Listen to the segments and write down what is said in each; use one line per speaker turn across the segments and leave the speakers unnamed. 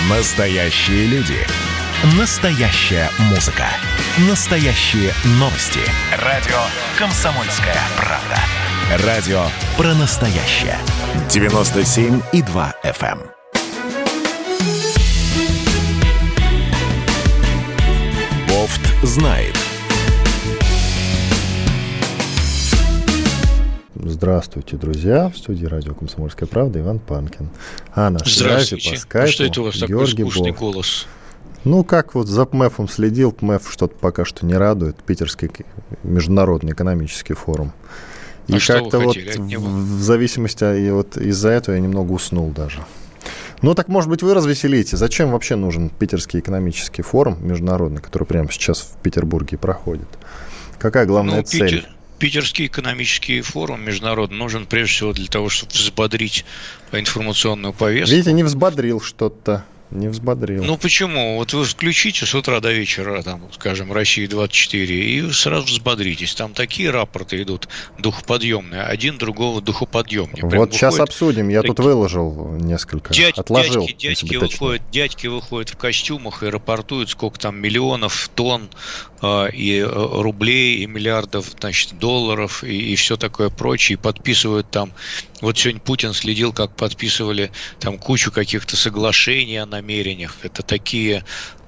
Настоящие люди. Настоящая музыка. Настоящие новости. Радио «Комсомольская правда». Радио про настоящее. 97,2 FM. Бофт знает.
Здравствуйте, друзья. В студии радио «Комсомольская правда» Иван Панкин. А на связи по скайпу
что это у вас такой скучный голос?
Ну, как вот за ПМЭФом следил, ПМЭФ что-то пока что не радует, Питерский международный экономический форум. И как-то вот в зависимости вот из-за этого я немного уснул даже. Ну, так, может быть, вы развеселите. Зачем вообще нужен Питерский экономический форум международный, который прямо сейчас в Петербурге проходит? Какая главная цель?
Питерский экономический форум международный нужен прежде всего для того, чтобы взбодрить информационную повестку.
Видите, не взбодрил что-то. Не взбодрил.
Ну почему? Вот вы включите с утра до вечера, там, скажем, «Россия-24», и сразу взбодритесь. Там такие рапорты идут духоподъемные, один другого духоподъемнее.
Вот прям сейчас обсудим. Я тут выложил несколько. Отложил.
Дядьки выходят в костюмах и рапортуют, сколько там миллионов тонн и рублей, и миллиардов, значит, долларов, и все такое прочее. И подписывают там. Вот сегодня Путин следил, как подписывали там кучу каких-то соглашений о намерениях. Это такие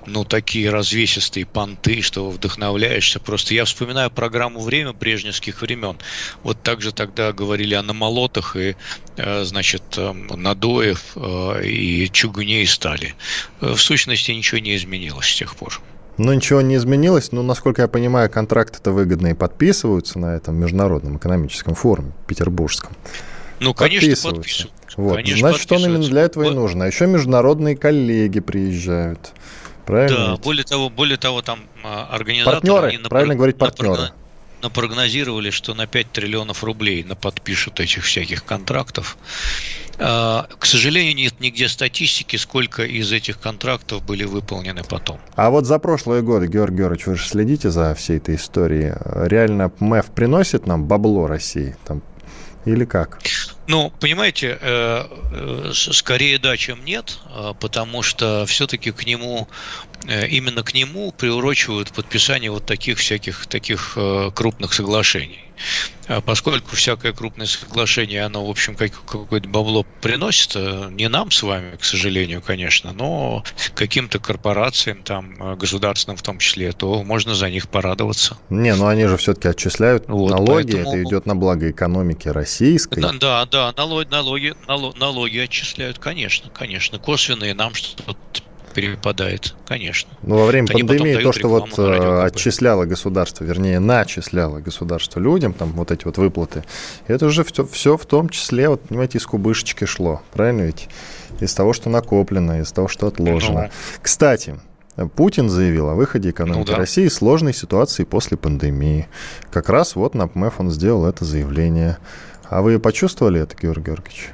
развесистые понты, что вдохновляешься. Просто я вспоминаю программу «Время» брежневских времен. Вот так же тогда говорили о намолотах и, значит, надоев и чугуне и стали. В сущности, ничего не изменилось с тех пор.
Ну, ничего не изменилось. Но, насколько я понимаю, контракты-то выгодные подписываются на этом международном экономическом форуме петербургском.
Ну, конечно, подписываются.
Вот. Конечно, значит, он именно для этого и нужен. А еще международные коллеги приезжают. Правильно?
Да, более того, там организаторы...
Партнеры.
Напрогнозировали, что на 5 триллионов рублей подпишут этих всяких контрактов. К сожалению, нет нигде статистики, сколько из этих контрактов были выполнены потом.
А вот за прошлые годы, Георгий Георгиевич, вы же следите за всей этой историей. Реально МЭФ приносит нам бабло России? Там, или как?
Ну, понимаете, скорее да, чем нет, потому что все-таки именно к нему приурочивают подписание вот таких крупных соглашений. Поскольку всякое крупное соглашение, оно, в общем, какое-то бабло приносит, не нам с вами, к сожалению, конечно, но каким-то корпорациям, там, государственным в том числе, то можно за них порадоваться.
Не, ну они же все-таки отчисляют налоги, поэтому... это идет на благо экономики российской.
Да, налоги отчисляют, конечно, косвенные нам что-то перепадает, конечно.
Но во время пандемии то, что вот отчисляло государство, вернее, начисляло государство людям, там вот эти вот выплаты, это уже все в том числе, вот, понимаете, из кубышечки шло, правильно ведь? Из того, что накоплено, из того, что отложено. Кстати, Путин заявил о выходе экономики России из сложной ситуации после пандемии. Как раз вот на ПМЭФ он сделал это заявление. А вы почувствовали это, Георгий Георгиевич?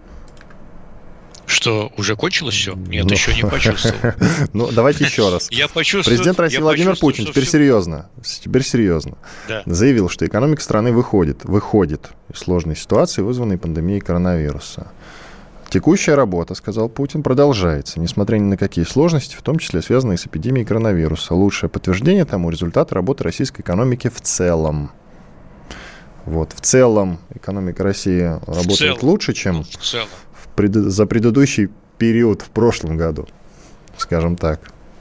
Что, уже кончилось все? Нет, еще не почувствовал.
Ну, давайте еще раз.
Я почувствовал.
Президент России Владимир Путин, теперь серьезно, заявил, что экономика страны выходит из сложной ситуации, вызванной пандемией коронавируса. Текущая работа, сказал Путин, продолжается, несмотря ни на какие сложности, в том числе связанные с эпидемией коронавируса. Лучшее подтверждение тому результат работы российской экономики в целом. Вот, в целом экономика России работает лучше, чем за предыдущий период в прошлом году, скажем так.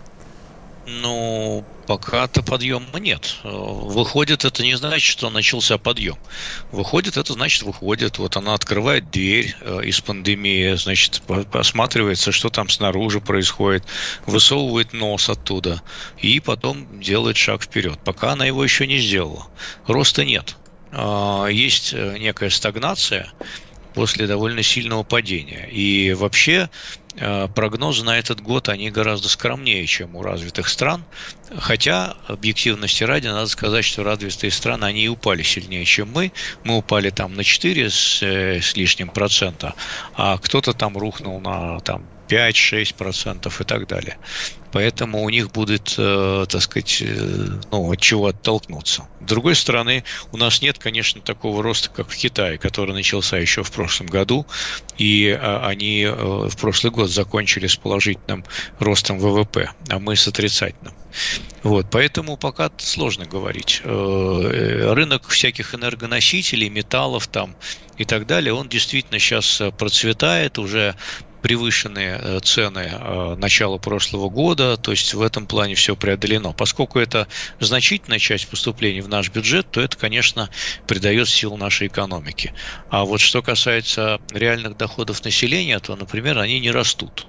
Ну, пока-то подъема нет. Выходит, это не значит, что начался подъем. Выходит, это значит, выходит. Вот она открывает дверь из пандемии, значит, осматривается, что там снаружи происходит, высовывает нос оттуда и потом делает шаг вперед. Пока она его еще не сделала. Роста нет. Есть некая стагнация после довольно сильного падения. И вообще прогнозы на этот год, они гораздо скромнее, чем у развитых стран. Хотя, объективности ради, надо сказать, что развитые страны, они и упали сильнее, чем мы. Мы упали там на 4 с лишним процента, а кто-то там рухнул на там 5-6% и так далее. Поэтому у них будет, так сказать, от чего оттолкнуться. С другой стороны, у нас нет, конечно, такого роста, как в Китае, который начался еще в прошлом году, и они в прошлый год закончили с положительным ростом ВВП, а мы с отрицательным. Вот, поэтому пока сложно говорить. Рынок всяких энергоносителей, металлов там и так далее, он действительно сейчас процветает, уже превышенные цены начала прошлого года, то есть в этом плане все преодолено. Поскольку это значительная часть поступлений в наш бюджет, то это, конечно, придает сил нашей экономике. А вот что касается реальных доходов населения, то, например, они не растут.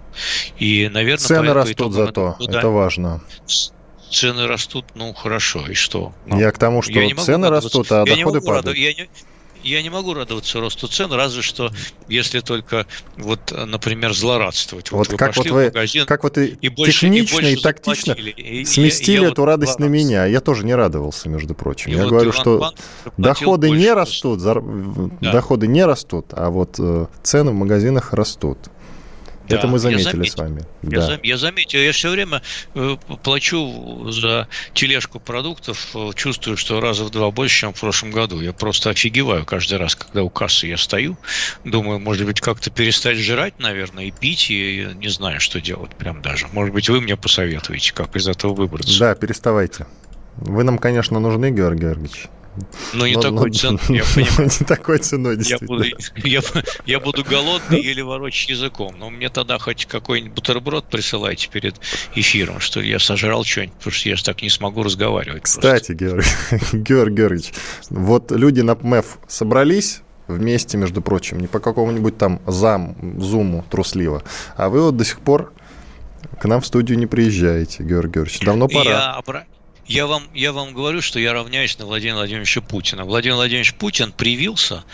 И, наверное,
цены растут зато, это важно.
Цены растут, хорошо, и что?
Я к тому, что цены растут, а доходы падают.
Я не могу радоваться росту цен, разве что, если только, например, злорадствовать.
Вот как вы технично и тактично сместили эту радость на меня. Я тоже не радовался, между прочим. Я говорю, что доходы не растут, доходы не растут, а вот цены в магазинах растут. Да, это мы заметили с вами.
Я заметил. Я все время плачу за тележку продуктов, чувствую, что раза в 2 больше, чем в прошлом году. Я просто офигеваю каждый раз, когда у кассы я стою. Думаю, может быть, как-то перестать жрать, наверное, и пить, и не знаю, что делать прям даже. Может быть, вы мне посоветуете, как из этого выбраться.
Да, переставайте. Вы нам, конечно, нужны, Георгий Георгиевич.
Но не такой ценой, я понимаю.
Не такой ценой, действительно.
Я буду голодный, еле ворочать языком. Но мне тогда хоть какой-нибудь бутерброд присылайте перед эфиром, что я сожрал что-нибудь, потому что я же так не смогу разговаривать.
Кстати, Георгий Георгиевич, вот люди на ПМЭФ собрались вместе, между прочим, не по какому-нибудь там зуму трусливо, а вы вот до сих пор к нам в студию не приезжаете, Георгий Георгиевич. Давно пора.
Я вам говорю, что я равняюсь на Владимира Владимировича Путина. Владимир Владимирович Путин привился,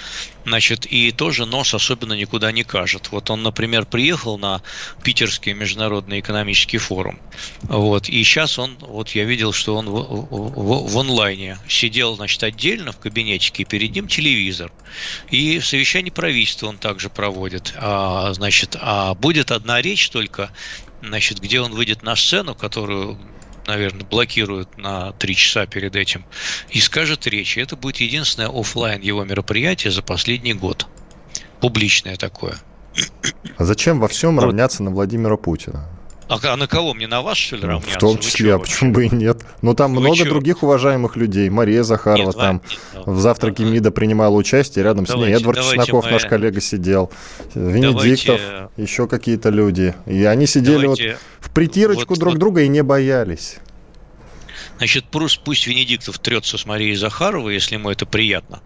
и тоже нос особенно никуда не кажет. Вот он, например, приехал на Питерский международный экономический форум. И сейчас я видел, что он в онлайне сидел, отдельно в кабинетике, и перед ним телевизор. И совещание правительства он также проводит. А будет одна речь только, где он выйдет на сцену, которую, наверное, блокируют на 3 часа перед этим, и скажет речь. И это будет единственное офлайн его мероприятие за последний год. Публичное такое.
А зачем во всем равняться на Владимира Путина?
А на кого? Мне на вас, что ли, равняться?
В том числе, а почему бы и нет? Но там много других уважаемых людей. Мария Захарова в завтраке МИДа принимала участие, рядом с ней Эдвард Чесноков, наш коллега, сидел. Венедиктов, еще какие-то люди. И они сидели в притирочку друг друга и не боялись.
Пусть Венедиктов трется с Марией Захаровой, если ему это приятно.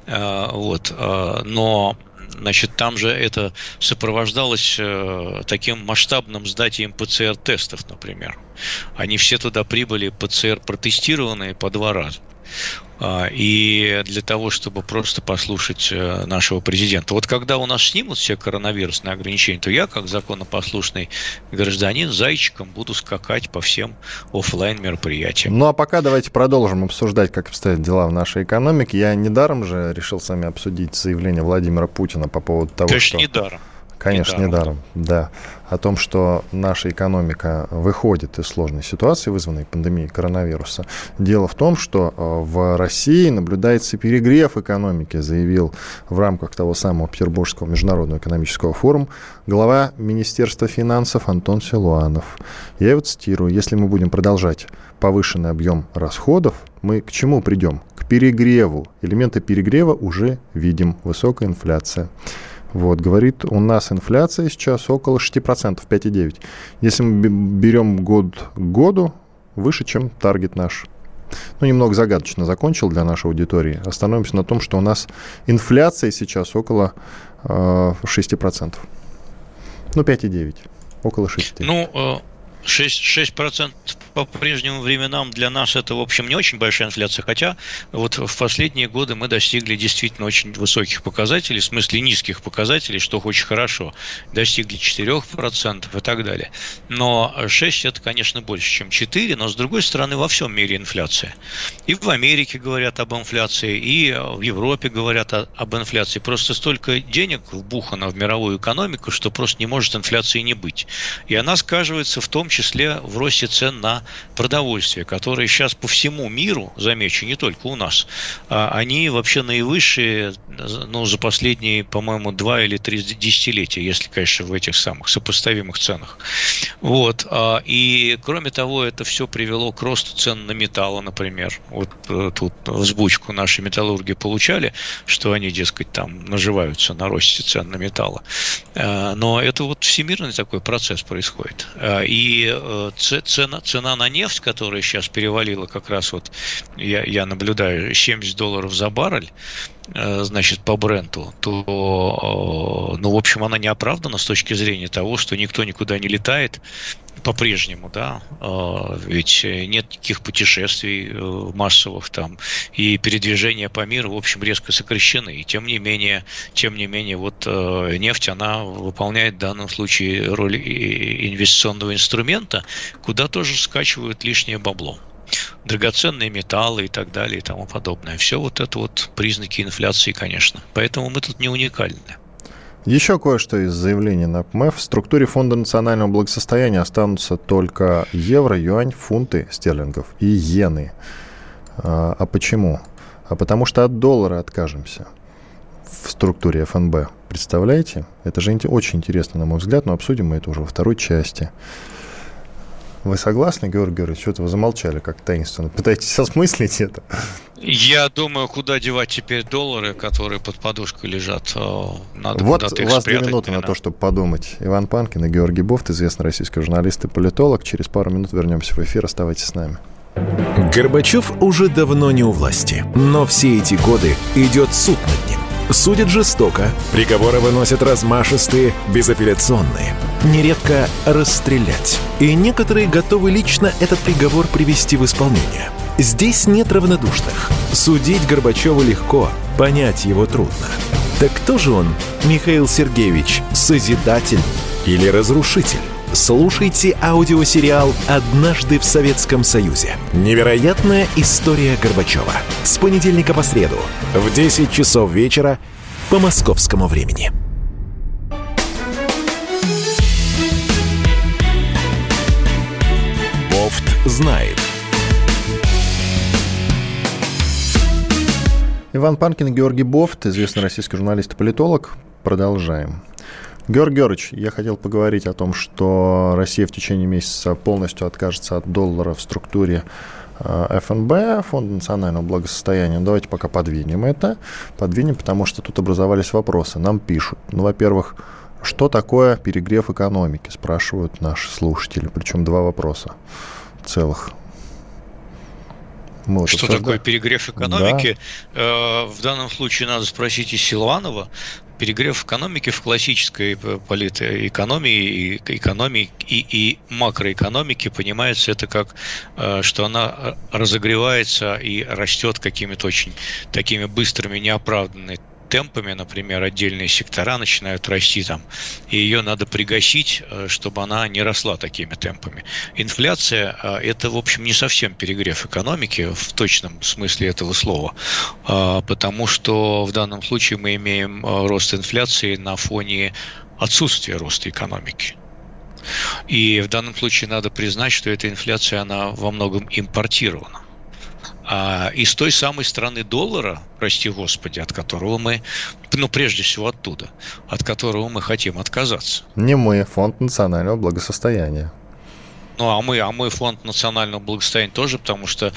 Но там же это сопровождалось таким масштабным сдатием ПЦР-тестов, например. Они все туда прибыли ПЦР-протестированные по 2 раза. И для того, чтобы просто послушать нашего президента. Когда у нас снимут все коронавирусные ограничения, то я, как законопослушный гражданин, зайчиком буду скакать по всем офлайн мероприятиям.
Ну, а пока давайте продолжим обсуждать, как обстоят дела в нашей экономике. Я недаром же решил с вами обсудить заявление Владимира Путина по поводу того,
Конечно, недаром.
Конечно, недаром, да. О том, что наша экономика выходит из сложной ситуации, вызванной пандемией коронавируса. Дело в том, что в России наблюдается перегрев экономики, заявил в рамках того самого Петербургского международного экономического форума глава Министерства финансов Антон Силуанов. Я его цитирую: «Если мы будем продолжать повышенный объем расходов, мы к чему придем? К перегреву. Элементы перегрева уже видим. Высокая инфляция». Говорит, у нас инфляция сейчас около 6%, 5,9%. Если мы берем год к году, выше, чем таргет наш. Немного загадочно закончил для нашей аудитории. Остановимся на том, что у нас инфляция сейчас около 6%. 5,9%. Около 6%.
6% по прежним временам для нас это, в общем, не очень большая инфляция, хотя вот в последние годы мы достигли действительно очень высоких показателей, в смысле низких показателей, что очень хорошо. Достигли 4% и так далее. Но 6 это, конечно, больше, чем 4, но, с другой стороны, во всем мире инфляция. И в Америке говорят об инфляции, и в Европе говорят об инфляции. Просто столько денег вбухано в мировую экономику, что просто не может инфляции не быть. И она сказывается в том числе в росте цен на продовольствие, которые сейчас по всему миру, замечу, не только у нас, они вообще наивысшие, за последние, по-моему, 2 или 3 десятилетия, если, конечно, в этих самых сопоставимых ценах. Вот. И, кроме того, это все привело к росту цен на металлы, например. Вот тут взбучку наши металлурги получали, что они, дескать, там наживаются на росте цен на металлы. Но это вот всемирный такой процесс происходит. И цена на нефть, которая сейчас перевалила как раз вот, я наблюдаю, $70 за баррель, значит, по Бренту, то, в общем, она не оправдана с точки зрения того, что никто никуда не летает по-прежнему, да, ведь нет никаких путешествий массовых там, и передвижения по миру, в общем, резко сокращены. И тем не менее, вот нефть, она выполняет в данном случае роль инвестиционного инструмента, куда тоже скачивают лишнее бабло. Драгоценные металлы и так далее и тому подобное. Все вот это вот признаки инфляции, конечно. Поэтому мы тут не уникальны.
Еще кое-что из заявления НАПМЭФ. В структуре Фонда национального благосостояния останутся только евро, юань, фунты стерлингов и иены. А почему? А потому что от доллара откажемся в структуре ФНБ. Представляете? Это же очень интересно, на мой взгляд, но обсудим мы это уже во второй части. Вы согласны, Георгий Георгиевич? Что-то вы замолчали как таинственно. Пытаетесь осмыслить это?
Я думаю, куда девать теперь доллары, которые под подушкой лежат. Надо
вот
куда-то
у вас 2 минуты на то, чтобы подумать. Иван Панкин и Георгий Бофт, известный российский журналист и политолог. Через пару минут вернемся в эфир. Оставайтесь с нами.
Горбачев уже давно не у власти, но все эти годы идет суд над ним. Судят жестоко, приговоры выносят размашистые, безапелляционные. Нередко расстрелять. И некоторые готовы лично этот приговор привести в исполнение. Здесь нет равнодушных. Судить Горбачева легко, понять его трудно. Так кто же он, Михаил Сергеевич, созидатель или разрушитель? Слушайте аудиосериал «Однажды в Советском Союзе». Невероятная история Горбачева. С понедельника по среду в 10 часов вечера по московскому времени. Бофт знает.
Иван Панкин и Георгий Бофт, известный российский журналист и политолог. Продолжаем. Георгий Георгиевич, я хотел поговорить о том, что Россия в течение месяца полностью откажется от доллара в структуре ФНБ, Фонда национального благосостояния. Давайте пока подвинем это. Подвинем, потому что тут образовались вопросы. Нам пишут. Во-первых, что такое перегрев экономики? Спрашивают наши слушатели. Причем 2 вопроса целых.
Что такое перегрев экономики? Да. В данном случае надо спросить и Силуанова. Перегрев экономики в классической политэкономии, экономии и макроэкономике понимается это как, что она разогревается и растет какими-то очень такими быстрыми, неоправданными темпами, например, отдельные сектора начинают расти там, и ее надо пригасить, чтобы она не росла такими темпами. Инфляция – это, в общем, не совсем перегрев экономики в точном смысле этого слова, потому что в данном случае мы имеем рост инфляции на фоне отсутствия роста экономики. И в данном случае надо признать, что эта инфляция, она во многом импортирована. Из той самой страны доллара, прости господи, от которого мы, прежде всего оттуда, от которого мы хотим отказаться.
Не мы, Фонд национального благосостояния.
А мы Фонд национального благосостояния тоже, потому что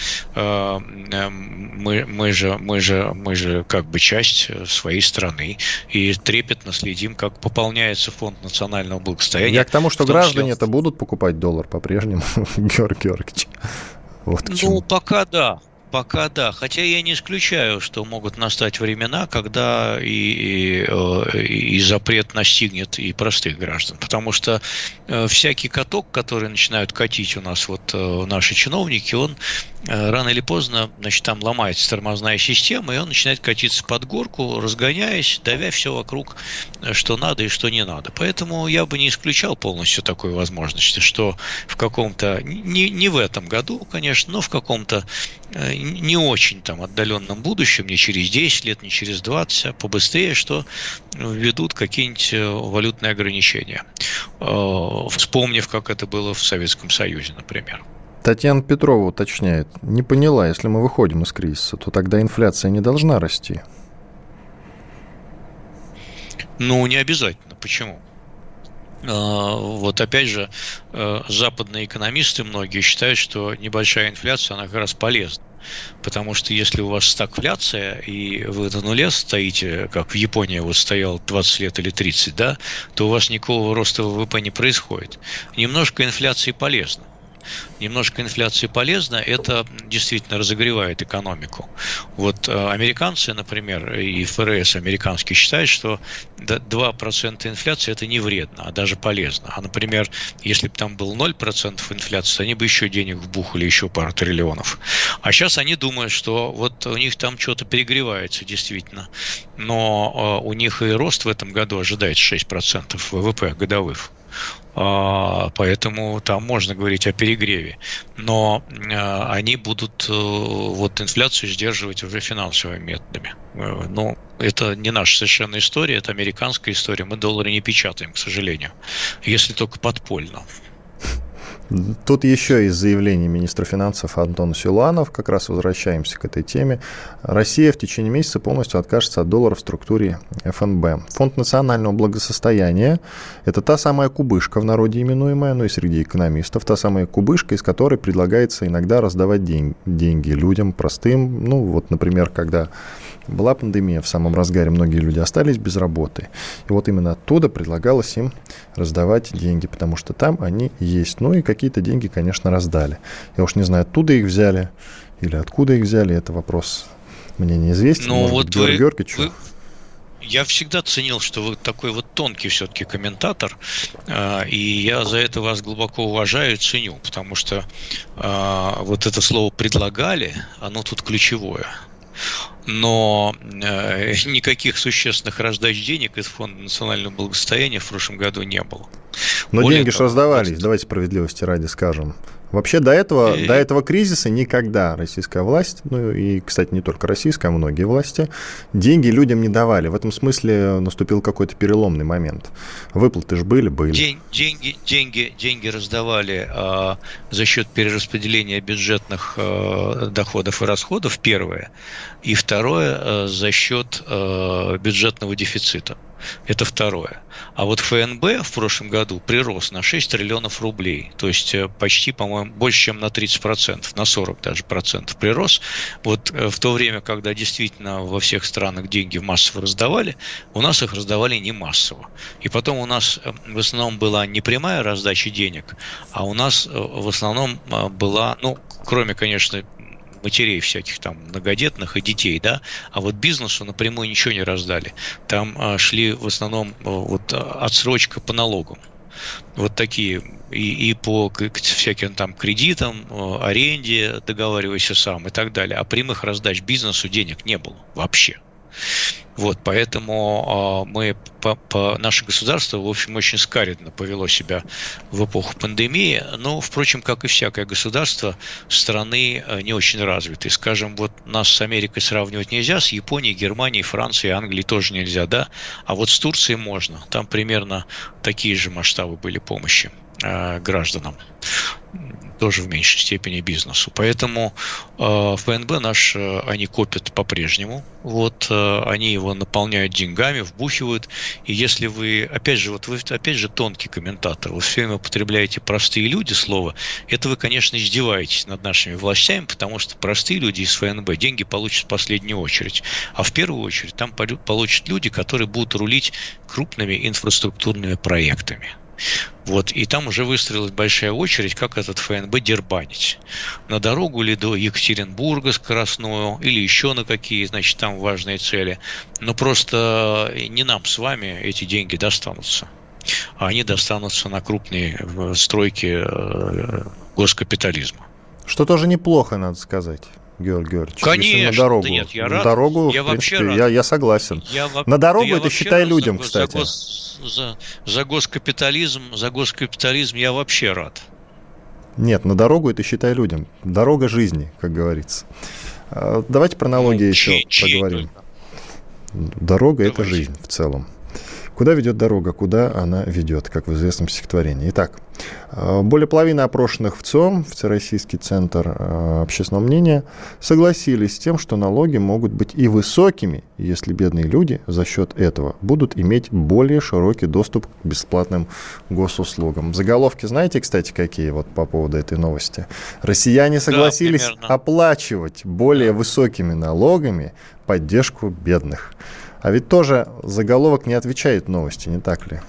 мы же как бы часть своей страны и трепетно следим, как пополняется Фонд национального благосостояния.
Я к тому, что граждане-то будут покупать доллар по-прежнему, Георгий Георгиевич.
Пока да. Пока да. Хотя я не исключаю, что могут настать времена, когда и запрет настигнет и простых граждан. Потому что всякий каток, который начинают катить у нас наши чиновники, он рано или поздно, там ломается тормозная система, и он начинает катиться под горку, разгоняясь, давя все вокруг, что надо и что не надо. Поэтому я бы не исключал полностью такой возможности, что в каком-то, не в этом году, конечно, но в каком-то не очень отдаленном будущем, не через 10 лет, не через 20, а побыстрее, что введут какие-нибудь валютные ограничения. Вспомнив, как это было в Советском Союзе, например.
Татьяна Петрова уточняет, не поняла, если мы выходим из кризиса, то тогда инфляция не должна расти.
Не обязательно. Почему? Опять же, западные экономисты многие считают, что небольшая инфляция, она как раз полезна. Потому что если у вас стагфляция, и вы на нуле стоите, как в Японии стоял 20 лет или 30, да, то у вас никакого роста ВВП не происходит. Немножко инфляции полезно. Это действительно разогревает экономику. Американцы, например, и ФРС американский считают, что 2% инфляции – это не вредно, а даже полезно. А, например, если бы там был 0% инфляции, они бы еще денег вбухали, еще пару триллионов. А сейчас они думают, что у них там что-то перегревается действительно. Но у них и рост в этом году ожидается 6% ВВП годовых. Поэтому там можно говорить о перегреве. Но они будут инфляцию сдерживать уже финансовыми методами. Это не наша совершенно история, это американская история. Мы доллары не печатаем, к сожалению, если только подпольно.
Тут еще из заявлений министра финансов Антона Силуанова, как раз возвращаемся к этой теме, Россия в течение месяца полностью откажется от доллара в структуре ФНБ. Фонд национального благосостояния – это та самая кубышка, в народе именуемая, и среди экономистов, та самая кубышка, из которой предлагается иногда раздавать деньги людям простым. Например, когда была пандемия, в самом разгаре многие люди остались без работы. И именно оттуда предлагалось им раздавать деньги, потому что там они есть. И какие-то деньги, конечно, раздали. Я уж не знаю, оттуда их взяли или откуда их взяли. Это вопрос мне неизвестен.
Георгий Георгиевич. Я всегда ценил, что вы такой тонкий все-таки комментатор, и я за это вас глубоко уважаю и ценю, потому что это слово «предлагали», оно тут ключевое. Но никаких существенных раздач денег из Фонда национального благосостояния в прошлом году не было.
Но деньги же раздавались, давайте справедливости ради скажем. Вообще до этого кризиса никогда российская власть, и, кстати, не только российская, а многие власти, деньги людям не давали. В этом смысле наступил какой-то переломный момент. Выплаты же были.
Деньги раздавали за счет перераспределения бюджетных доходов и расходов, первое. И второе, за счет бюджетного дефицита. Это второе. А ФНБ в прошлом году прирос на 6 триллионов рублей. То есть почти, по-моему, больше, чем на 30%, на 40 даже процентов прирос. В то время, когда действительно во всех странах деньги массово раздавали, у нас их раздавали не массово. И потом у нас в основном была не прямая раздача денег, а у нас в основном была, кроме, конечно, матерей всяких многодетных и детей, да, а бизнесу напрямую ничего не раздали. Там шли в основном отсрочка по налогам. Такие и по всяким кредитам, аренде, договаривайся сам и так далее. А прямых раздач бизнесу денег не было вообще. Поэтому наше государство, в общем, очень скаредно повело себя в эпоху пандемии, но, впрочем, как и всякое государство, страны не очень развитые. Скажем, нас с Америкой сравнивать нельзя, с Японией, Германией, Францией, Англией тоже нельзя, да, а с Турцией можно. Там примерно такие же масштабы были помощи гражданам, тоже в меньшей степени бизнесу. Поэтому ФНБ наш, они копят по-прежнему, они его наполняют деньгами, вбухивают, и если вы, опять же тонкий комментатор, вы все время употребляете простые люди слово, это вы, конечно, издеваетесь над нашими властями, потому что простые люди из ФНБ деньги получат в последнюю очередь, а в первую очередь там получат люди, которые будут рулить крупными инфраструктурными проектами. Вот, и там уже выстроилась большая очередь, как этот ФНБ дербанить. На дорогу ли до Екатеринбурга скоростную, или еще на какие, значит, там важные цели. Но просто не нам с вами эти деньги достанутся. А они достанутся на крупные стройки госкапитализма.
Что тоже неплохо, надо сказать. Георгий Георгиевич.
Конечно,
на дорогу.
Да нет, я
на
рад.
дорогу,
Я
в
вообще
принципе,
рад.
Я согласен. На дорогу это считай людям, кстати.
За госкапитализм я вообще рад.
Нет, на дорогу это считай людям. Дорога жизни, как говорится. Давайте про налоги еще поговорим. Дорога – это жизнь в целом. Куда ведет дорога, куда она ведет, как в известном стихотворении. Итак, более половины опрошенных в ЦИОМ, Всероссийский центр общественного мнения, согласились с тем, что налоги могут быть и высокими, если бедные люди за счет этого будут иметь более широкий доступ к бесплатным госуслугам. Заголовки знаете, кстати, какие вот по поводу этой новости? Россияне согласились оплачивать более высокими налогами поддержку бедных. А ведь тоже заголовок не отвечает новости, не так ли?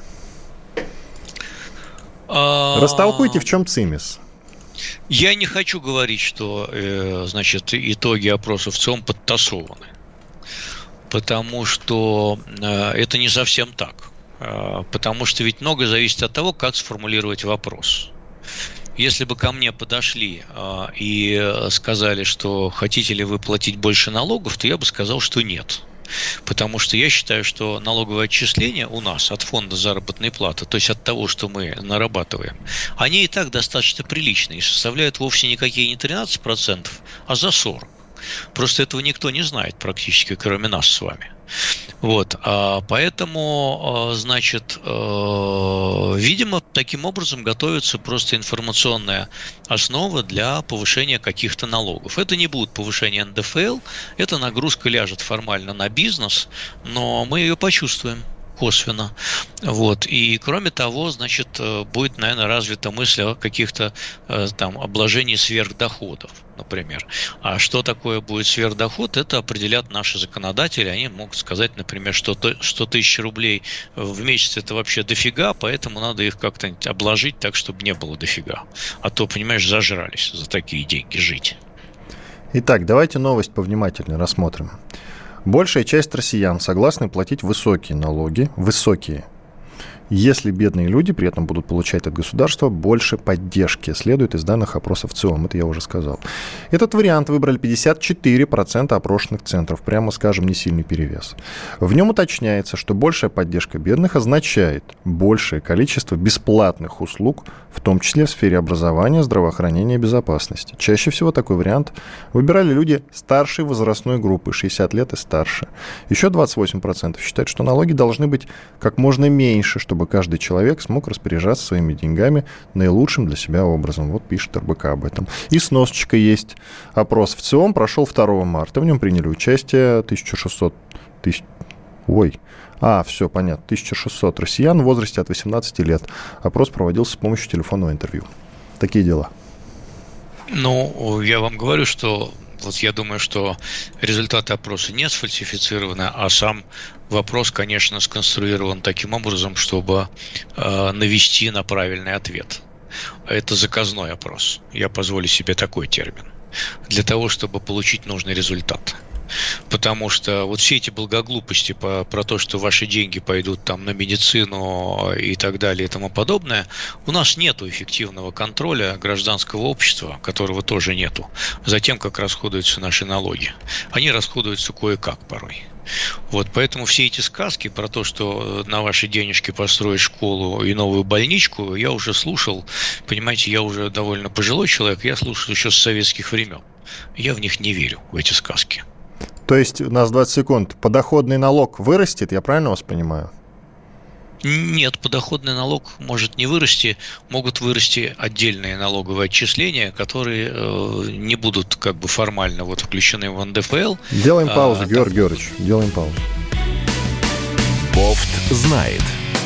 Растолкуйте, в чем цимис.
Я не хочу говорить, что значит, итоги опросов ЦИОМ подтасованы. Потому что это не совсем так. Потому что ведь многое зависит от того, как сформулировать вопрос. Если бы ко мне подошли и сказали, что хотите ли вы платить больше налогов, то я бы сказал, что нет. Потому что я считаю, что налоговые отчисления у нас от фонда заработной платы, то есть от того, что мы нарабатываем, они и так достаточно приличные и составляют вовсе никакие не 13%, а за 40%. Просто этого никто не знает практически, кроме нас с вами. Вот, поэтому, значит, видимо, таким образом готовится просто информационная основа для повышения каких-то налогов. Это не будет повышение НДФЛ, эта нагрузка ляжет формально на бизнес, но мы ее почувствуем косвенно. Вот. И кроме того, значит, будет, наверное, развита мысль о каких-то там обложении сверхдоходов, например. А что такое будет сверхдоход, это определят наши законодатели. Они могут сказать, например, что 100 тысяч рублей в месяц это вообще дофига, поэтому надо их как-то обложить так, чтобы не было дофига. А то, понимаешь, зажрались за такие деньги жить.
Итак, давайте новость повнимательнее рассмотрим. Большая часть россиян согласны платить высокие налоги, если бедные люди при этом будут получать от государства больше поддержки, следует из данных опросов ЦИОМ, это я уже сказал. Этот вариант выбрали 54% опрошенных центров, прямо скажем, не сильный перевес. В нем уточняется, что большая поддержка бедных означает большее количество бесплатных услуг, в том числе в сфере образования, здравоохранения и безопасности. Чаще всего такой вариант выбирали люди старшей возрастной группы, 60 лет и старше. Еще 28% считают, что налоги должны быть как можно меньше, чтобы каждый человек смог распоряжаться своими деньгами наилучшим для себя образом. Вот пишет РБК об этом. И сносочка есть. Опрос в ЦИОМ прошел 2 марта. В нем приняли участие 1600 россиян в возрасте от 18 лет. Опрос проводился с помощью телефонного интервью. Такие дела.
Ну, я вам говорю, что вот я думаю, что результаты опроса не сфальсифицированы, а сам вопрос, конечно, сконструирован таким образом, чтобы навести на правильный ответ. Это заказной опрос. Я позволю себе такой термин. Для того, чтобы получить нужный результат. Потому что вот все эти благоглупости про то, что ваши деньги пойдут там на медицину и так далее и тому подобное, у нас нету эффективного контроля гражданского общества, которого тоже нету, за тем, как расходуются наши налоги. Они расходуются кое-как порой. Вот, поэтому все эти сказки про то, что на ваши денежки построить школу и новую больничку, я уже слушал. Понимаете, я уже довольно пожилой человек, я слушал еще с советских времен. Я в них не верю, в эти сказки.
То есть у нас 20 секунд. Подоходный налог вырастет, я правильно вас понимаю?
Нет, подоходный налог может не вырасти. Могут вырасти отдельные налоговые отчисления, которые не будут как бы формально вот включены в НДФЛ.
Делаем паузу, Георгий Георгиевич. Делаем паузу.
Бофт знает.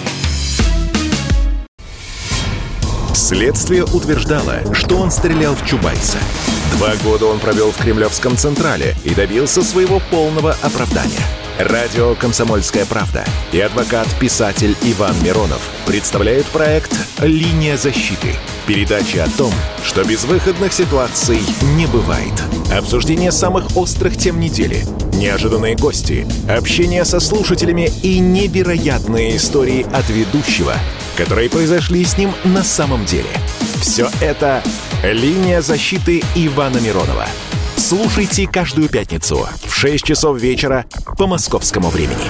Следствие утверждало, что он стрелял в Чубайса. 2 года он провел в Кремлевском Централе и добился своего полного оправдания. Радио «Комсомольская правда» и адвокат-писатель Иван Миронов представляют проект «Линия защиты». Передача о том, что безвыходных ситуаций не бывает. Обсуждение самых острых тем недели, неожиданные гости, общение со слушателями и невероятные истории от ведущего, которые произошли с ним на самом деле. Все это «Линия защиты» Ивана Миронова. Слушайте каждую пятницу в 6 часов вечера по московскому времени.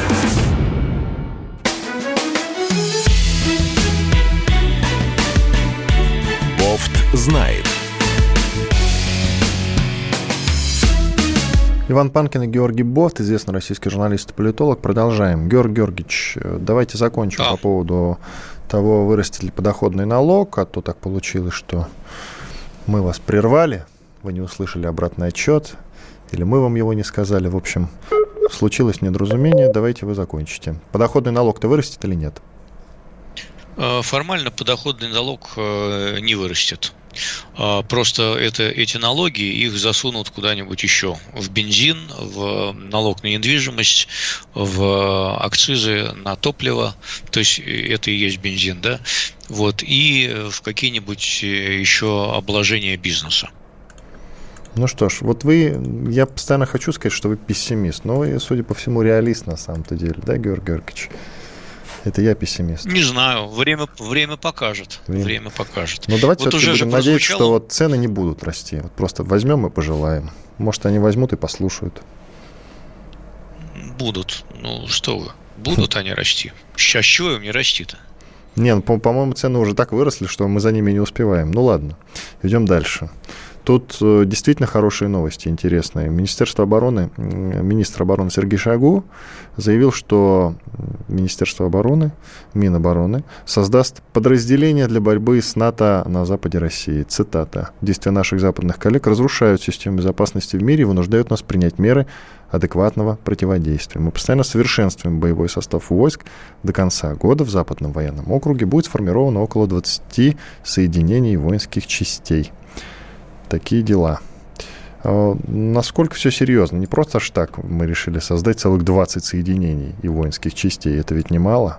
Бофт знает.
Иван Панкин и Георгий Бофт, известный российский журналист и политолог. Продолжаем. Георгий Георгиевич, давайте закончим по поводу того, вырастет ли подоходный налог, а то так получилось, что мы вас прервали. Вы не услышали обратный отчет, или мы вам его не сказали. В общем, случилось недоразумение, давайте вы закончите. Подоходный налог-то вырастет или нет?
Формально подоходный налог не вырастет. Просто эти налоги, их засунут куда-нибудь еще. В бензин, в налог на недвижимость, в акцизы на топливо. То есть это и есть бензин, да? Вот, и в какие-нибудь еще обложения бизнеса.
Ну что ж, вот я постоянно хочу сказать, что вы пессимист, но вы, судя по всему, реалист на самом-то деле, да, Георгий Георгиевич? Это я пессимист. Не
знаю, время покажет. Время покажет.
Но давайте вот все-таки будем надеяться, что вот цены не будут расти. Вот просто возьмем и пожелаем. Может, они возьмут и послушают.
Будут. Ну, что вы. Будут они расти. Сейчас чего им не расти-то?
Не, по-моему, цены уже так выросли, что мы за ними не успеваем. Ну, ладно. Идем дальше. Тут действительно хорошие новости, интересные. Министр обороны Сергей Шойгу заявил, что Министерство обороны, Минобороны создаст подразделение для борьбы с НАТО на западе России. Цитата. «Действия наших западных коллег разрушают систему безопасности в мире и вынуждают нас принять меры адекватного противодействия. Мы постоянно совершенствуем боевой состав войск. До конца года в Западном военном округе будет сформировано около 20 соединений воинских частей». Такие дела. Насколько все серьезно? Не просто аж так мы решили создать целых 20 соединений и воинских частей. Это ведь немало.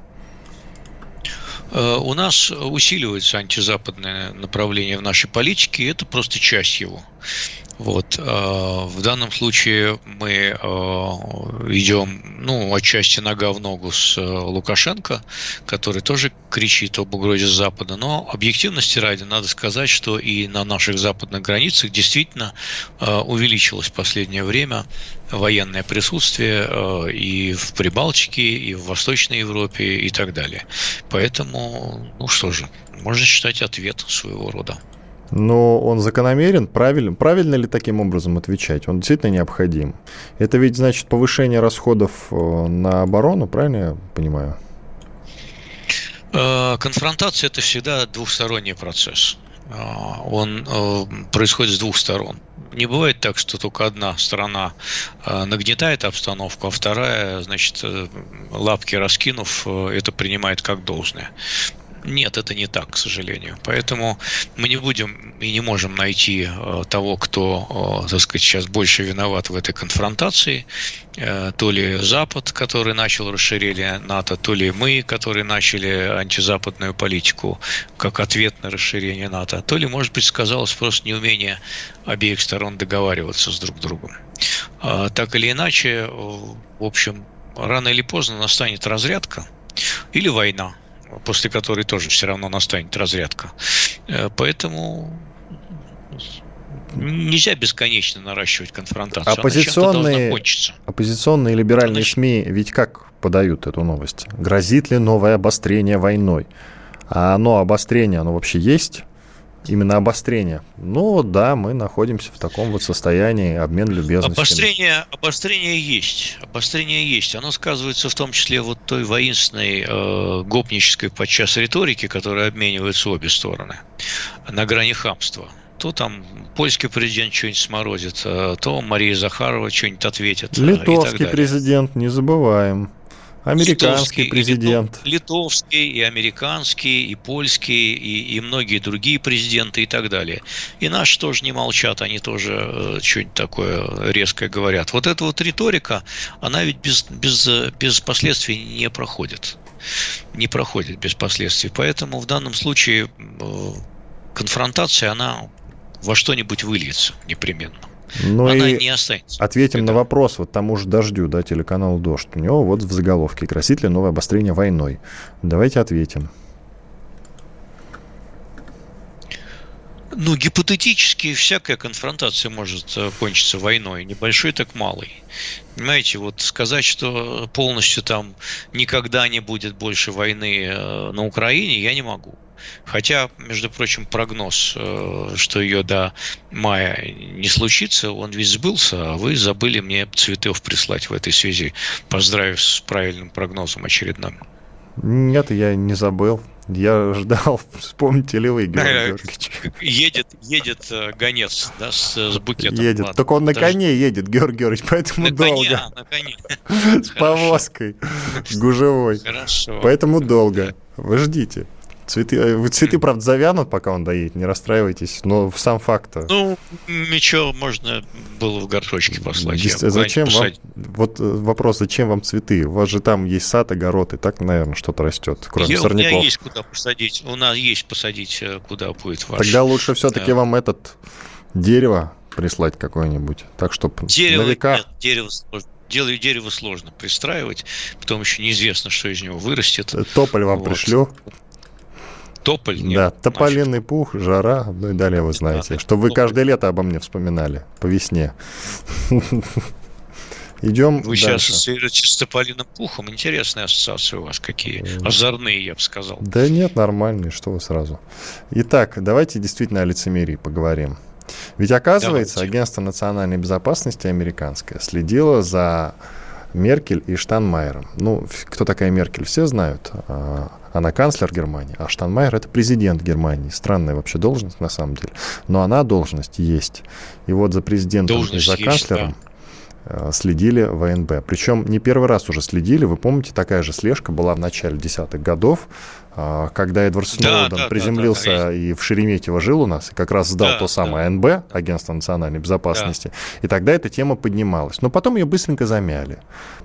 У нас усиливается антизападное направление в нашей политике, и это просто часть его. Вот. В данном случае мы идем, отчасти нога в ногу с Лукашенко, который тоже кричит об угрозе Запада. Но объективности ради надо сказать, что и на наших западных границах действительно увеличилось в последнее время военное присутствие и в Прибалтике, и в Восточной Европе, и так далее. Поэтому, что же, можно считать ответ своего рода.
Но он закономерен, правильно ли таким образом отвечать? Он действительно необходим. Это ведь значит повышение расходов на оборону, правильно я понимаю?
Конфронтация – это всегда двухсторонний процесс. Он происходит с двух сторон. Не бывает так, что только одна сторона нагнетает обстановку, а вторая, лапки раскинув, это принимает как должное. Нет, это не так, к сожалению. Поэтому мы не будем и не можем найти того, кто, сейчас больше виноват в этой конфронтации. То ли Запад, который начал расширение НАТО, то ли мы, которые начали антизападную политику как ответ на расширение НАТО, то ли, может быть, сказалось просто неумение обеих сторон договариваться с друг другом. Так или иначе, в общем, рано или поздно настанет разрядка или война, после которой тоже все равно настанет разрядка. Поэтому нельзя бесконечно наращивать конфронтацию.
Оппозиционные либеральные СМИ ведь как подают эту новость? Грозит ли новое обострение войной? А обострение, оно вообще есть? Именно обострение. Да, мы находимся в таком вот состоянии, обмен любезностями.
Обострение есть. Оно сказывается в том числе вот той воинственной, гопнической подчас риторики, которой обмениваются обе стороны на грани хамства. То там польский президент что-нибудь сморозит, то Мария Захарова что-нибудь ответит.
Литовский президент, не забываем. Американский президент.
Литовский, и американский, и польский, и многие другие президенты и так далее. И наши тоже не молчат, они тоже что-нибудь такое резкое говорят. Вот эта вот риторика, она ведь без последствий не проходит. Не проходит без последствий. Поэтому в данном случае конфронтация, она во что-нибудь выльется непременно.
Ну
она
и
не останется.
Ответим на вопрос вот тому же «Дождю», да, телеканалу «Дождь». У него вот в заголовке «Грозит ли новое обострение войной?». Давайте ответим.
Ну, гипотетически всякая конфронтация может кончиться войной, небольшой, так малой. Понимаете, вот сказать, что полностью там никогда не будет больше войны на Украине, я не могу. Хотя, между прочим, прогноз, что ее до мая не случится, он весь сбылся, а вы забыли мне цветов прислать в этой связи. Поздравив с правильным прогнозом очередным.
Нет, я не забыл. Я ждал, вспомните ли вы, Георгий Георгиевич.
Едет гонец, да, с букетом.
Едет,
ладно,
только он на коне едет, Георгий Георгиевич, поэтому долго.
На коне.
С повозкой гужевой.
Хорошо.
Поэтому долго. Вы ждите. Цветы, правда, завянут, пока он доедет, не расстраивайтесь, но сам факт.
Ну, ничего, можно было в горшочке послать.
Зачем вам, вот вопрос, зачем вам цветы? У вас же там есть сад, огород, и так, наверное, что-то растет, кроме сорняков. У меня
есть куда посадить, у нас есть посадить, куда будет ваш.
Тогда лучше все-таки вам дерево прислать какое-нибудь, так, чтобы
на века...
Нет,
дерево сложно пристраивать, потом еще неизвестно, что из него вырастет.
Тополь вам пришлю.
Тополь? Нет,
да, тополиный пух, жара, ну и далее вы знаете. Да, чтобы вы каждое лето обо мне вспоминали по весне. Идем
Вы
дальше.
Сейчас ассоциируете с тополиным пухом? Интересные ассоциации у вас какие. Озорные, я бы сказал.
Да нет, нормальные, что вы сразу. Итак, давайте действительно о лицемерии поговорим. Ведь оказывается, Агентство национальной безопасности американское следило за Меркель и Штайнмайером. Ну, кто такая Меркель, все знают. Она канцлер Германии, а Штайнмайер — это президент Германии. Странная вообще должность, на самом деле. Но она должность есть. И вот за президентом и за канцлером следили ВНБ. Причем не первый раз уже следили. Вы помните, такая же слежка была в начале 10-х годов, когда Эдвард Сноуден приземлился и в Шереметьево жил у нас, и как раз сдал то самое АНБ, Агентство национальной безопасности, и тогда эта тема поднималась. Но потом ее быстренько замяли.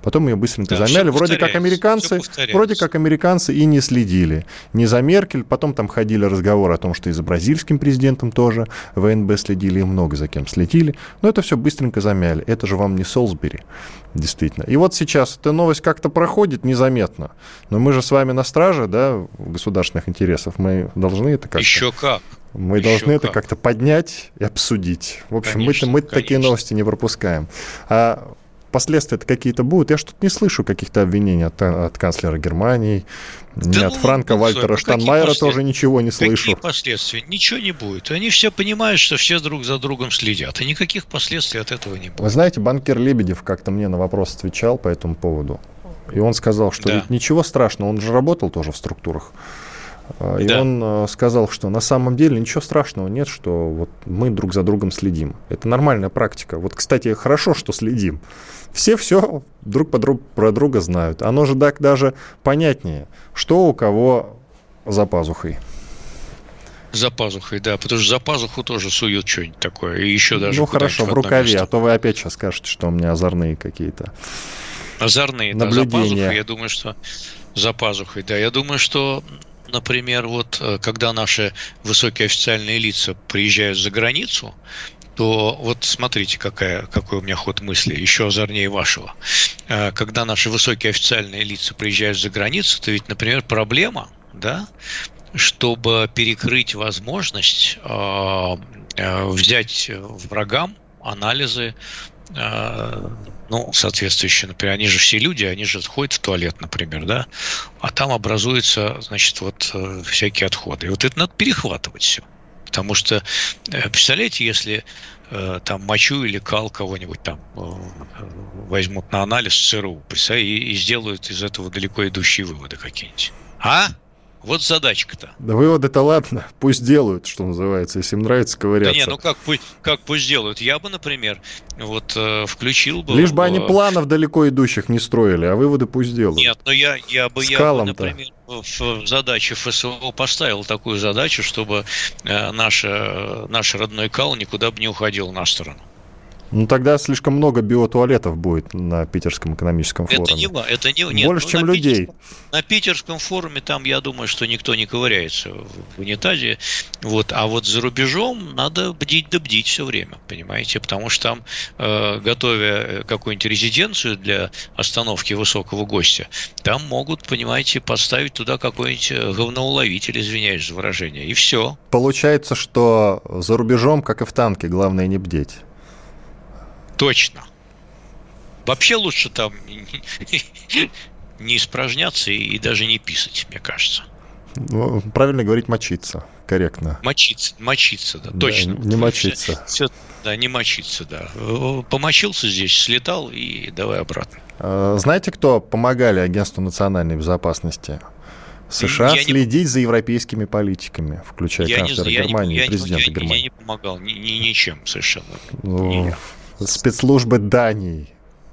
Вроде как американцы и не следили. Не за Меркель, потом там ходили разговоры о том, что и за бразильским президентом тоже ВНБ следили, и много за кем следили. Но это все быстренько замяли. Это же вам не Солсбери, действительно. И вот сейчас эта новость как-то проходит незаметно. Но мы же с вами на страже, да, государственных интересов. Мы должны это как-то...
Еще как.
Мы должны это как-то поднять и обсудить. В общем, мы такие новости не пропускаем. А последствия-то какие-то будут? Я что-то не слышу каких-то обвинений от канцлера Германии, от Франка-Вальтера Штайнмайера тоже ничего не слышу.
Какие последствия? Ничего не будет. Они все понимают, что все друг за другом следят. И никаких последствий от этого не будет.
Вы знаете, банкир Лебедев как-то мне на вопрос отвечал по этому поводу. И он сказал, что ведь ничего страшного, он же работал тоже в структурах. И он сказал, что на самом деле ничего страшного нет, что вот мы друг за другом следим. Это нормальная практика. Вот, кстати, хорошо, что следим. Все друг про друга знают. Оно же так даже понятнее, что у кого за пазухой.
За пазухой, да, потому что за пазуху тоже суют что-нибудь такое. И еще даже
ну хорошо, в рукаве, а то вы опять сейчас скажете, что у меня озорные какие-то.
Озорные, да, за пазухой, я думаю, что за пазухой, да. Я думаю, что, например, вот когда наши высокие официальные лица приезжают за границу, то вот смотрите, какой у меня ход мысли, еще озорнее вашего. Когда наши высокие официальные лица приезжают за границу, то ведь, например, проблема, да, чтобы перекрыть возможность взять врагам анализы, ну, соответствующие, например, они же все люди, они же ходят в туалет, например, да, а там образуются, значит, вот всякие отходы. И вот это надо перехватывать все. Потому что, представляете, если там мочу или кал кого-нибудь там возьмут на анализ в ЦРУ и сделают из этого далеко идущие выводы какие-нибудь. Вот задачка-то.
Да выводы-то ладно, пусть делают, что называется, если им нравится ковыряться.
Да не, как пусть делают. Я бы, например, вот включил бы...
Лишь бы они планов далеко идущих не строили, а выводы пусть делают.
Нет, но я бы, например, в задаче ФСО поставил такую задачу, чтобы наш родной кал никуда бы не уходил на сторону.
Ну, тогда слишком много биотуалетов будет на Питерском экономическом форуме.
Нет,
больше, чем людей.
На Питерском форуме там, я думаю, что никто не ковыряется в унитазе. Вот. А вот за рубежом надо бдить да бдить все время, понимаете? Потому что там, готовя какую-нибудь резиденцию для остановки высокого гостя, там могут, понимаете, поставить туда какой-нибудь говноуловитель, извиняюсь за выражение, и все.
Получается, что за рубежом, как и в танке, главное не бдеть.
Точно. Вообще лучше там не испражняться и даже не писать, мне кажется.
Ну, правильно говорить мочиться, корректно.
Мочиться, да, точно.
Не мочиться.
Да, не мочиться, да. Помочился здесь, слетал и давай обратно.
Знаете, кто помогали Агентству национальной безопасности? США следить за европейскими политиками, включая канцлера Германии и президента Германии.
Я не помогал ничем совершенно.
Спецслужбы Дании.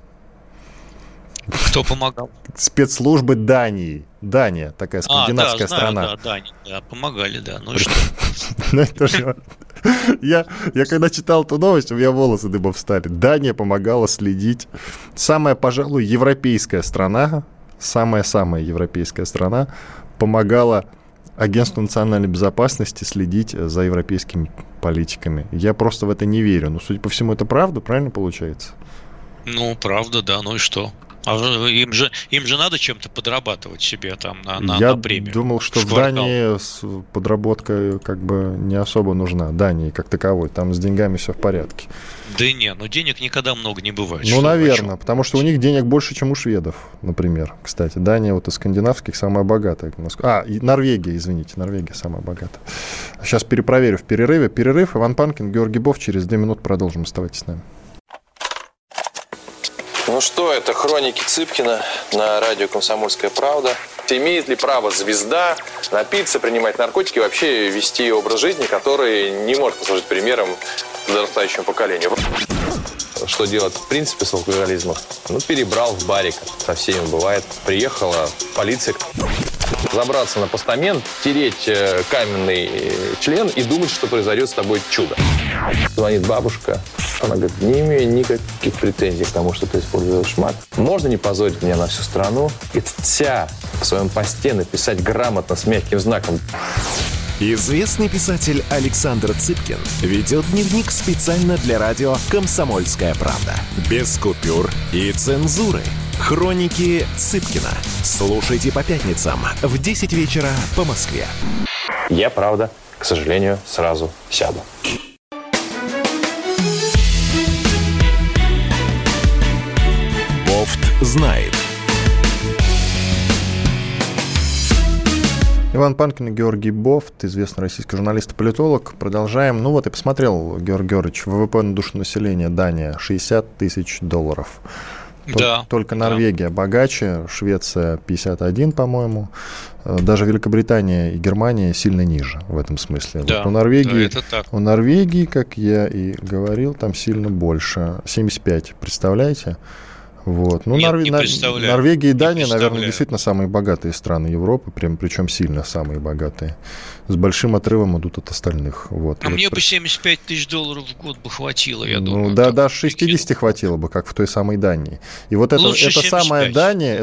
Кто помогал?
Спецслужбы Дании. Дания, такая скандинавская страна.
Да, помогали, да. Ну и что?
Ну это же... Я когда читал эту новость, у меня волосы дыбом встали. Дания помогала следить. Самая, пожалуй, европейская страна, самая-самая европейская страна помогала Агентству национальной безопасности следить за европейскими политиками. Я просто в это не верю. Но, судя по всему, это правда, правильно получается?
Ну, правда, да. Ну и что? А им же надо чем-то подрабатывать себе там на премию.
Я думал, что в Дании подработка как бы не особо нужна. Дании как таковой. Там с деньгами все в порядке.
Да не, ну денег никогда много не бывает.
Ну, наверное, потому что у них денег больше, чем у шведов, например. Кстати, Дания вот из скандинавских самая богатая. И Норвегия, извините, Норвегия самая богатая. Сейчас перепроверю в перерыве. Перерыв. Иван Панкин, Георгий Бофт. Через 2 минуты продолжим. Оставайтесь с нами.
Ну что, это хроники Цыпкина на радио «Комсомольская правда». Имеет ли право звезда напиться, принимать наркотики и вообще вести образ жизни, который не может послужить примером подрастающему поколению? Что делать в принципе с алкоголизмом? Ну, перебрал в барик. Со всеми бывает. Приехала полиция. Забраться на постамент, тереть каменный член и думать, что произойдет с тобой чудо. Звонит бабушка. Она говорит, не имею никаких претензий к тому, что ты используешь мат. Можно не позорить меня на всю страну и вся в своем посте написать грамотно с мягким знаком.
Известный писатель Александр Цыпкин ведет дневник специально для радио «Комсомольская правда». Без купюр и цензуры. Хроники Цыпкина. Слушайте по пятницам в 10 вечера по Москве.
Я, правда, к сожалению, сразу сяду.
Бофт знает.
Иван Панкин и Георгий Бофт, известный российский журналист и политолог. Продолжаем. Ну вот, я посмотрел, Георгий Георгиевич, ВВП на душу населения Дания $60 тысяч.
Да.
Только Норвегия богаче, Швеция 51, по-моему. Даже Великобритания и Германия сильно ниже в этом смысле.
Да,
вот у Норвегии,
это так.
У Норвегии, как я и говорил, там сильно больше. 75, представляете? Вот. Ну, Норвегия и Дания, наверное, действительно самые богатые страны Европы, причем сильно самые богатые. С большим отрывом идут от остальных. Вот.
А мне бы $75 тысяч в год бы хватило, я думаю.
Ну, да, даже 60 хватило бы, как в той самой Дании. И вот это самая Дания,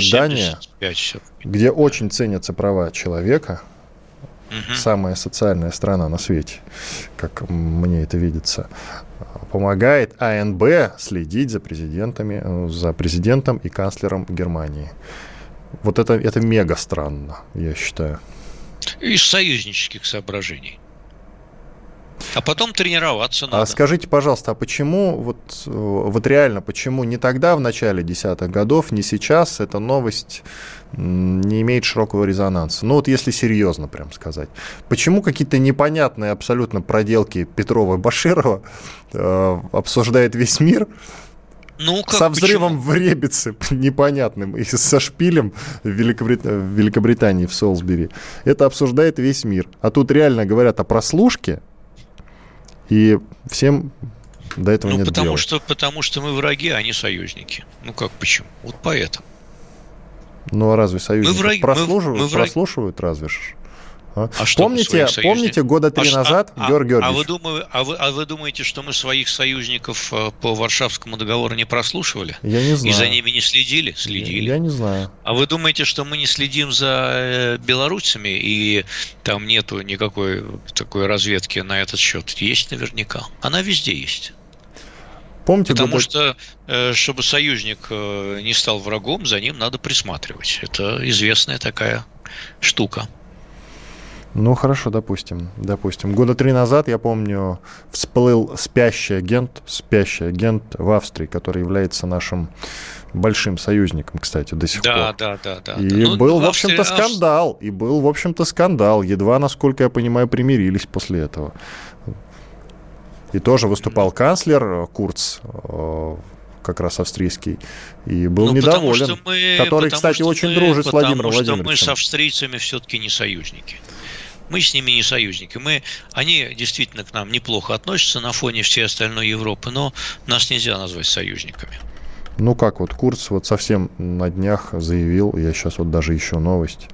где очень ценятся права человека, самая социальная страна на свете, как мне это видится, помогает АНБ следить за президентом и канцлером Германии. Вот это мега странно, я считаю.
Из союзнических соображений. А потом тренироваться надо.
А скажите, пожалуйста, а почему, вот реально, почему не тогда, в начале десятых годов, не сейчас эта новость не имеет широкого резонанса? Ну вот если серьезно прям сказать. Почему какие-то непонятные абсолютно проделки Петрова и Баширова обсуждает весь мир, со взрывом в Ребице непонятным и со шпилем в Великобритании, в Солсбери. Это обсуждает весь мир. А тут реально говорят о прослушке, и всем до этого нет дела.
Потому что мы враги, а не союзники. Почему? Вот поэтому.
А разве союзники прослушивают разве же? Помните года 3 назад, Георгий Георгиевич?
Вы думаете, что мы своих союзников по Варшавскому договору не прослушивали?
Я не знаю.
И за ними не следили? Следили.
Я не знаю.
А вы думаете, что мы не следим за белорусами, и там нету никакой такой разведки на этот счет? Есть наверняка. Она везде есть. Потому что, чтобы союзник не стал врагом, за ним надо присматривать. Это известная такая штука.
Хорошо, допустим. Года 3 назад, я помню, всплыл спящий агент в Австрии, который является нашим большим союзником, кстати, до сих пор. Да. И был, в общем-то, скандал. Едва, насколько я понимаю, примирились после этого. И тоже выступал канцлер Курц, как раз австрийский, и был недоволен, который, кстати, очень дружит с Владимиром Владимировичем.
Потому что мы с австрийцами все-таки не союзники. Мы с ними не союзники. Они действительно к нам неплохо относятся на фоне всей остальной Европы, но нас нельзя назвать союзниками.
Курц совсем на днях заявил, я сейчас даже ищу новость,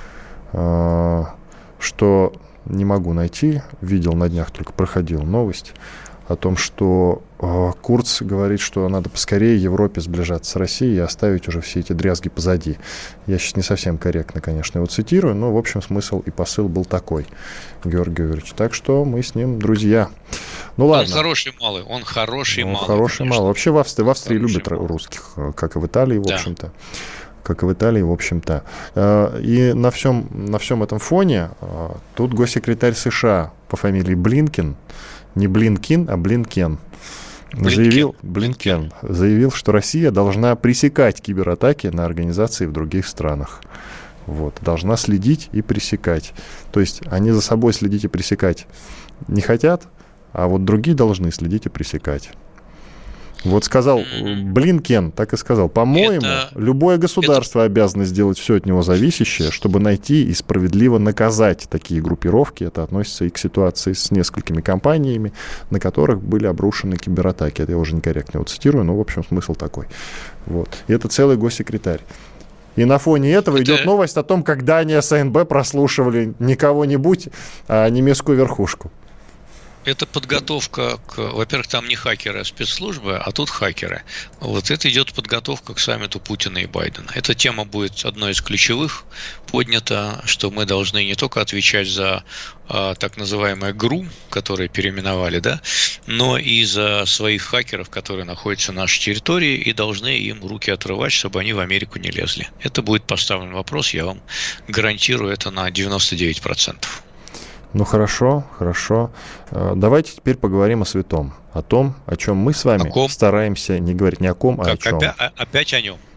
что не могу найти, видел на днях, только проходил новость о том, что Курц говорит, что надо поскорее Европе сближаться с Россией и оставить уже все эти дрязги позади. Я сейчас не совсем корректно, конечно, его цитирую, но, в общем, смысл и посыл был такой, Георгий Георгиевич. Так что мы с ним друзья. Ладно.
Он хороший малый.
Хороший малый. Вообще в Австрии любят русских, как и в Италии, в общем-то. И на всем этом фоне тут госсекретарь США по фамилии Блинкен, не Блинкин, а Блинкен, заявил, что Россия должна пресекать кибератаки на организации в других странах. Должна следить и пресекать. То есть они за собой следить и пресекать не хотят, а другие должны следить и пресекать. Сказал Блинкен, так и сказал. По-моему, любое государство обязано сделать все от него зависящее, чтобы найти и справедливо наказать такие группировки. Это относится и к ситуации с несколькими компаниями, на которых были обрушены кибератаки. Это я уже некорректно его цитирую, но, в общем, смысл такой. И это целый госсекретарь. И на фоне этого идет новость о том, как Дания с АНБ прослушивали не кого-нибудь, а немецкую верхушку.
Это подготовка во-первых, там не хакеры, а спецслужбы, а тут хакеры. Это идет подготовка к саммиту Путина и Байдена. Эта тема будет одной из ключевых поднята, что мы должны не только отвечать за так называемое ГРУ, которые переименовали, но и за своих хакеров, которые находятся на нашей территории, и должны им руки отрывать, чтобы они в Америку не лезли. Это будет поставлен вопрос, я вам гарантирую, это на 99%.
Хорошо. Давайте теперь поговорим о святом. О том, о чем мы с вами стараемся не говорить ни о ком, а о чем.
Опять о нем?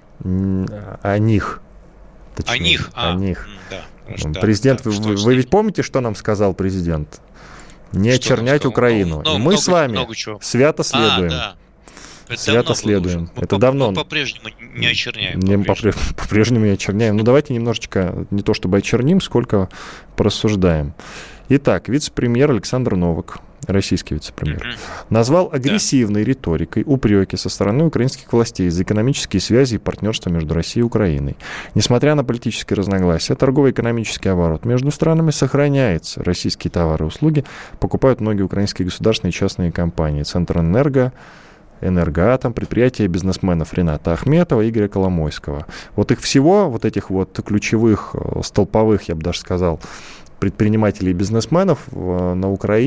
О них. Точнее, о них. Да, президент, вы ведь помните, что нам сказал президент? Не очернять Украину. И мы с вами свято следуем. Свято следуем. Это давно.
Мы по-прежнему не очерняем.
По-прежнему не очерняем. Давайте немножечко не то чтобы очерним, сколько порассуждаем. Итак, вице-премьер Александр Новак, российский вице-премьер, назвал агрессивной риторикой упреки со стороны украинских властей за экономические связи и партнерство между Россией и Украиной. Несмотря на политические разногласия, торгово-экономический оборот между странами сохраняется. Российские товары и услуги покупают многие украинские государственные и частные компании. Центрэнерго, Энергоатом, предприятия бизнесменов Рената Ахметова и Игоря Коломойского. Их всего, этих ключевых, столповых, я бы даже сказал, предпринимателей и бизнесменов в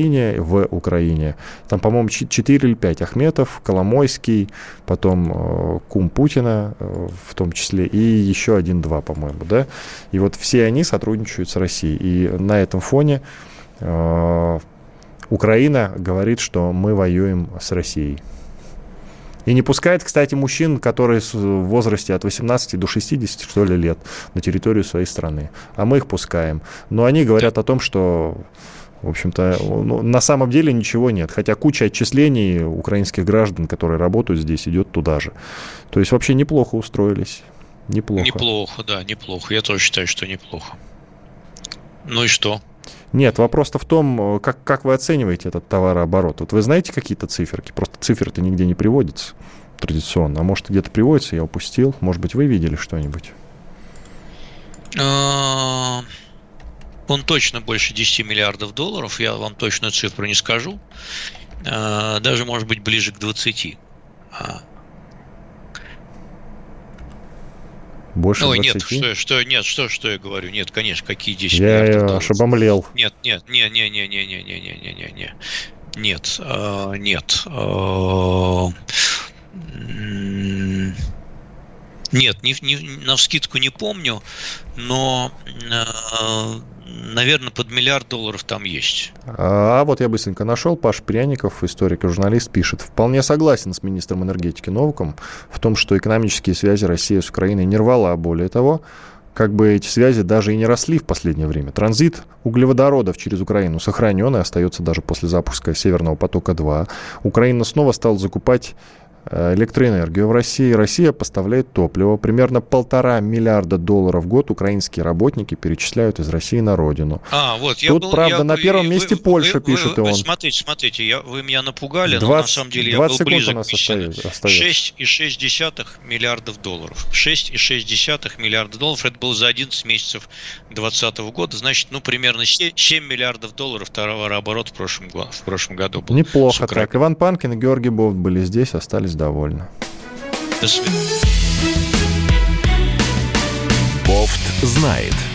Украине, там, по-моему, 4 или 5. Ахметов, Коломойский, потом кум Путина в том числе, и еще 1-2, по-моему, да? И все они сотрудничают с Россией. И на этом фоне Украина говорит, что мы воюем с Россией. И не пускает, кстати, мужчин, которые в возрасте от 18 до 60, что ли, лет на территорию своей страны. А мы их пускаем. Но они говорят о том, что В общем-то, на самом деле ничего нет. Хотя куча отчислений украинских граждан, которые работают здесь, идет туда же. То есть вообще неплохо устроились. Неплохо.
Неплохо, да, неплохо. Я тоже считаю, что неплохо. Ну и что?
Нет, вопрос-то в том, как вы оцениваете этот товарооборот. Вот вы знаете какие-то циферки? Просто цифры-то нигде не приводятся традиционно. А может, где-то приводится, я упустил. Может быть, вы видели что-нибудь?
Он точно больше 10 миллиардов долларов. Я вам точную цифру не скажу. Даже, может быть, ближе к 20.
Больше 20?
Нет, что я говорю? Нет, конечно, какие 10 миллиардов долларов?
Я аж обомлел.
Нет. Нет, навскидку не помню, но, наверное, под $1 миллиард там есть.
А вот я быстренько нашел. Паш Пряников, историк и журналист, пишет: вполне согласен с министром энергетики Новаком в том, что экономические связи России с Украиной не рвала. Более того, как бы эти связи даже и не росли в последнее время. Транзит углеводородов через Украину сохранен и остается даже после запуска Северного потока-2. Украина снова стала закупать электроэнергию в России. Россия поставляет топливо. Примерно $1,5 миллиарда в год украинские работники перечисляют из России на родину. Правда, на первом месте Польша, пишет он.
Смотрите, вы меня напугали, но на самом деле я был близок к истине. $6,6 миллиардов. $6,6 миллиарда. Это было за 11 месяцев 2020 года. Значит, примерно $7 миллиардов товарооборот в прошлом году был.
Неплохо так. Иван Панкин и Георгий Бофт были здесь, остались довольны.
До свидания.
Бофт знает.